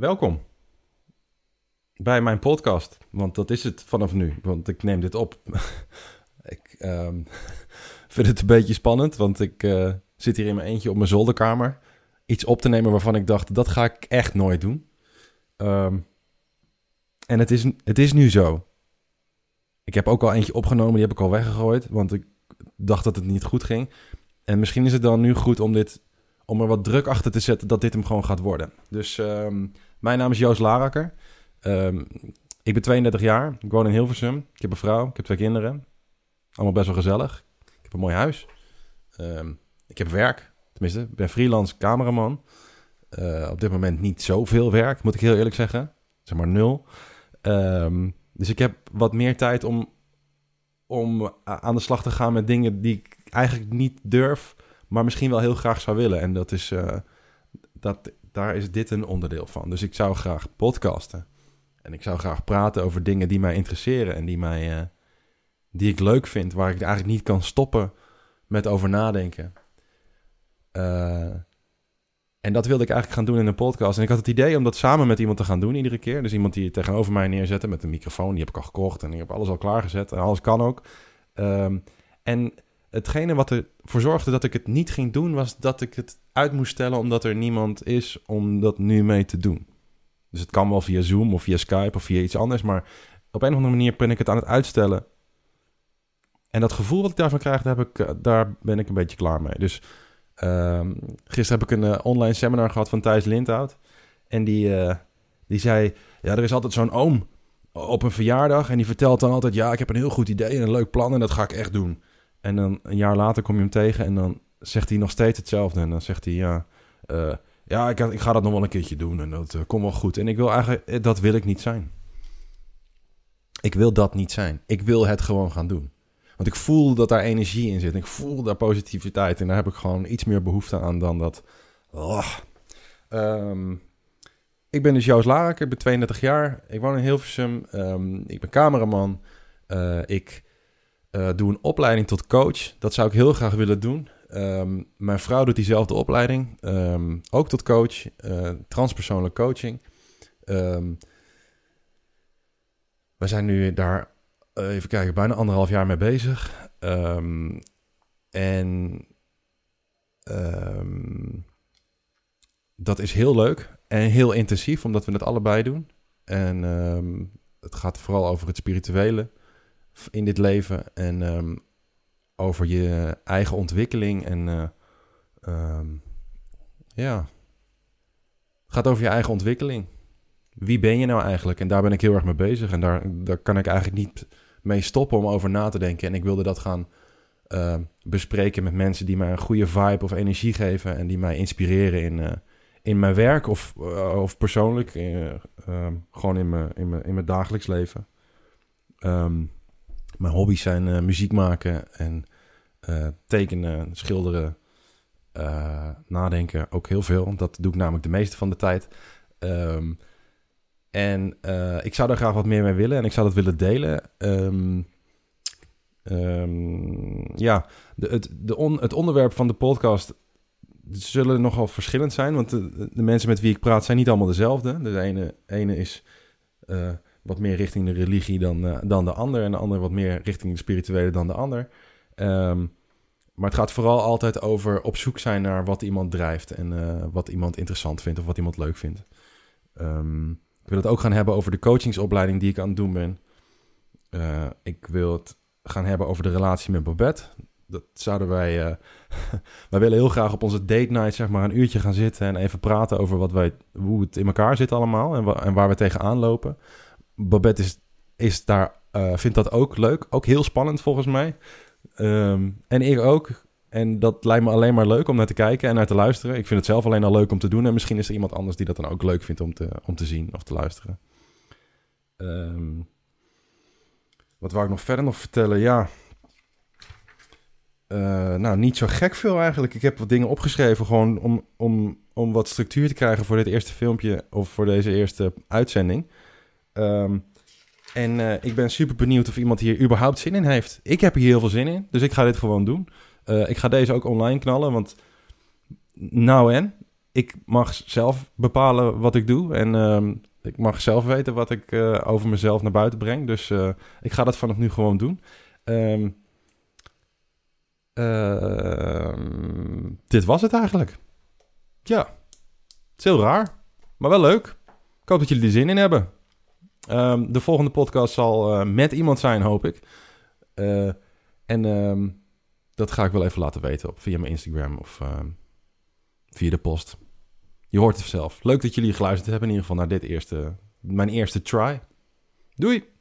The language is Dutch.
Welkom bij mijn podcast, want dat is het vanaf nu, want ik neem dit op. Ik vind het een beetje spannend, want ik zit hier in mijn eentje op mijn zolderkamer iets op te nemen waarvan ik dacht, dat ga ik echt nooit doen. En het is nu zo. Ik heb ook al eentje opgenomen, die heb ik al weggegooid, want ik dacht dat het niet goed ging. En misschien is het dan nu goed om er wat druk achter te zetten dat dit hem gewoon gaat worden. Dus mijn naam is Joost Laraker. Ik ben 32 jaar. Ik woon in Hilversum. Ik heb een vrouw. Ik heb 2 kinderen. Allemaal best wel gezellig. Ik heb een mooi huis. Ik heb werk. Tenminste, ik ben freelance cameraman. Op dit moment niet zoveel werk, moet ik heel eerlijk zeggen. Zeg maar 0. Dus ik heb wat meer tijd om aan de slag te gaan met dingen die ik eigenlijk niet durf, maar misschien wel heel graag zou willen. En dat is, daar is dit een onderdeel van. Dus ik zou graag podcasten. En ik zou graag praten over dingen die mij interesseren en die ik leuk vind, waar ik eigenlijk niet kan stoppen met over nadenken. En dat wilde ik eigenlijk gaan doen in een podcast. En ik had het idee om dat samen met iemand te gaan doen iedere keer. Dus iemand die tegenover mij neerzette met een microfoon. Die heb ik al gekocht en ik heb alles al klaargezet. En alles kan ook. En hetgene wat ervoor zorgde dat ik het niet ging doen, was dat ik het uit moest stellen omdat er niemand is om dat nu mee te doen. Dus het kan wel via Zoom of via Skype of via iets anders. Maar op een of andere manier ben ik het aan het uitstellen. En dat gevoel wat ik daarvan krijg, daar ben ik een beetje klaar mee. Dus gisteren heb ik een online seminar gehad van Thijs Lindhout. En die zei, ja, er is altijd zo'n oom op een verjaardag. En die vertelt dan altijd, ja, ik heb een heel goed idee en een leuk plan en dat ga ik echt doen. En dan een jaar later kom je hem tegen en dan zegt hij nog steeds hetzelfde. En dan zegt hij, ik ga dat nog wel een keertje doen en dat komt wel goed. En ik wil eigenlijk, dat wil ik niet zijn. Ik wil dat niet zijn. Ik wil het gewoon gaan doen. Want ik voel dat daar energie in zit. Ik voel daar positiviteit. En daar heb ik gewoon iets meer behoefte aan dan dat. Ik ben dus Joost Laraker. Ik ben 32 jaar. Ik woon in Hilversum. Ik ben cameraman. Ik doe een opleiding tot coach. Dat zou ik heel graag willen doen. Mijn vrouw doet diezelfde opleiding. Ook tot coach. Transpersoonlijk coaching. We zijn nu daar... even kijken, bijna 1,5 jaar mee bezig. Dat is heel leuk en heel intensief, omdat we het allebei doen. En het gaat vooral over het spirituele in dit leven. En over je eigen ontwikkeling. En het gaat over je eigen ontwikkeling. Wie ben je nou eigenlijk? En daar ben ik heel erg mee bezig. En daar kan ik eigenlijk niet mee stoppen om over na te denken. En ik wilde dat gaan bespreken met mensen die mij een goede vibe of energie geven. En die mij inspireren in mijn werk of persoonlijk. Gewoon in mijn dagelijks leven. Mijn hobby's zijn muziek maken en tekenen, schilderen, nadenken. Ook heel veel. Dat doe ik namelijk de meeste van de tijd. En ik zou daar graag wat meer mee willen en ik zou dat willen delen. Het onderwerp van de podcast zullen nogal verschillend zijn, want de mensen met wie ik praat zijn niet allemaal dezelfde. De ene is wat meer richting de religie dan de ander en de andere wat meer richting de spirituele dan de ander. Maar het gaat vooral altijd over op zoek zijn naar wat iemand drijft en wat iemand interessant vindt of wat iemand leuk vindt. Ik wil het ook gaan hebben over de coachingsopleiding die ik aan het doen ben. Ik wil het gaan hebben over de relatie met Babette. Dat zouden wij... wij willen heel graag op onze date night zeg maar een uurtje gaan zitten en even praten over hoe het in elkaar zit allemaal en waar we tegenaan lopen. Babette vindt dat ook leuk. Ook heel spannend volgens mij. En ik ook. En dat lijkt me alleen maar leuk om naar te kijken en naar te luisteren. Ik vind het zelf alleen al leuk om te doen. En misschien is er iemand anders die dat dan ook leuk vindt om te zien of te luisteren. Wat wou ik nog verder vertellen? Ja. Niet zo gek veel eigenlijk. Ik heb wat dingen opgeschreven gewoon om wat structuur te krijgen voor dit eerste filmpje of voor deze eerste uitzending. Ik ben super benieuwd of iemand hier überhaupt zin in heeft. Ik heb hier heel veel zin in, dus ik ga dit gewoon doen. Ik ga deze ook online knallen, want nou en? ik mag zelf bepalen wat ik doe. En ik mag zelf weten wat ik over mezelf naar buiten breng. Dus ik ga dat vanaf nu gewoon doen. Dit was het eigenlijk. Ja, het is heel raar, maar wel leuk. Ik hoop dat jullie er zin in hebben. De volgende podcast zal met iemand zijn, hoop ik. Dat ga ik wel even laten weten via mijn Instagram of via de post. Je hoort het zelf. Leuk dat jullie geluisterd hebben in ieder geval naar mijn eerste try. Doei!